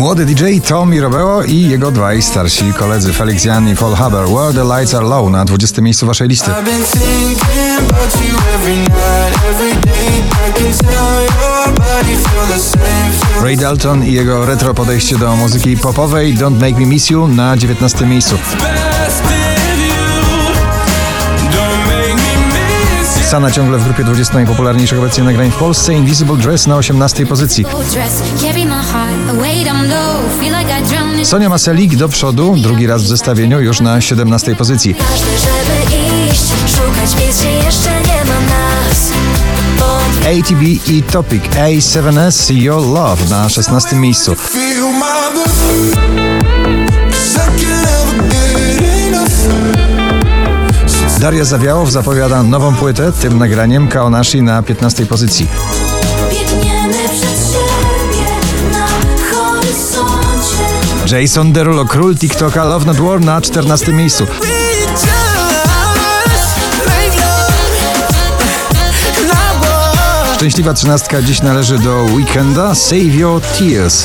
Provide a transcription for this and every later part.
Młody DJ Tom Mirabello i jego dwaj starsi koledzy Felix Jan i Paul Haber. Where the Lights Are Low na 20. miejscu waszej listy. Ray Dalton i jego retro podejście do muzyki popowej Don't Make Me Miss You na 19. miejscu. Sana ciągle w grupie 20 najpopularniejszych obecnie nagrań w Polsce. Invisible Dress na 18. pozycji. Sonia Maselik do przodu, drugi raz w zestawieniu, już na 17. pozycji. ATB i Topic A7S Your Love na 16. miejscu. Daria Zawiałow zapowiada nową płytę tym nagraniem Kaonashi na 15. pozycji. Jason Derulo, król TikToka, Love Not War na 14. miejscu. Szczęśliwa 13 dziś należy do Weekenda, Save Your Tears.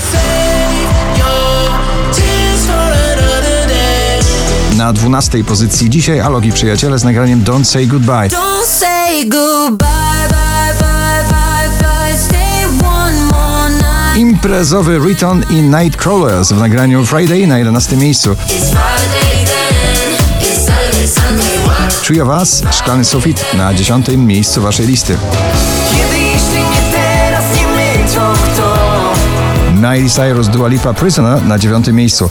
Na 12. pozycji dzisiaj Alok i Przyjaciele z nagraniem Don't Say Goodbye. Imprezowy Riton i Nightcrawlers w nagraniu Friday na 11. miejscu. Trio Was, Szklany Sufit na 10. miejscu waszej listy. Miley Cyrus, Dua Lipa, Prisoner na 9. miejscu.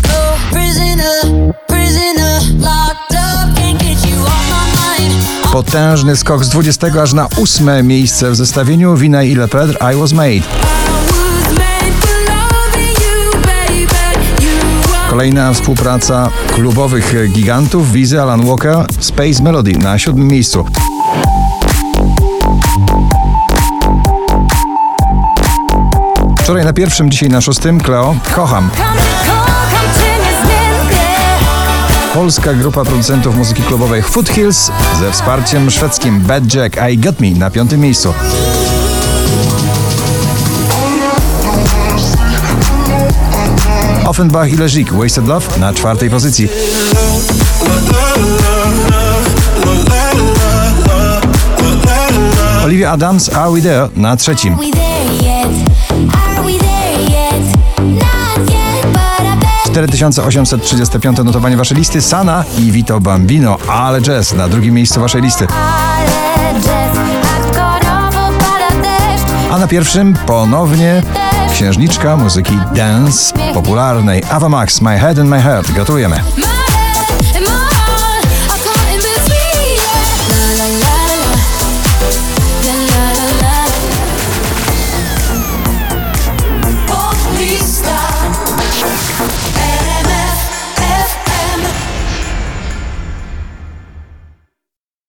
Potężny skok z 20 aż na 8. miejsce w zestawieniu Vinay i Lepedre, I Was Made. Kolejna współpraca klubowych gigantów Wizy, Alan Walker, Space Melody na 7. miejscu. Wczoraj na 1, dzisiaj na 6. Cleo, Kocham. Polska grupa producentów muzyki klubowej Foothills ze wsparciem szwedzkim Bad Jack I Got Me na 5. miejscu. Offenbach i Leżik, Wasted Love na 4. pozycji. Olivia Adams, Are We There na 3. - 4835 notowanie waszej listy. Sana i Vito Bambino, Ale Jazz na 2. miejscu waszej listy. A na 1 ponownie księżniczka muzyki dance popularnej Ava Max, My Head and My Heart. Gratulujemy.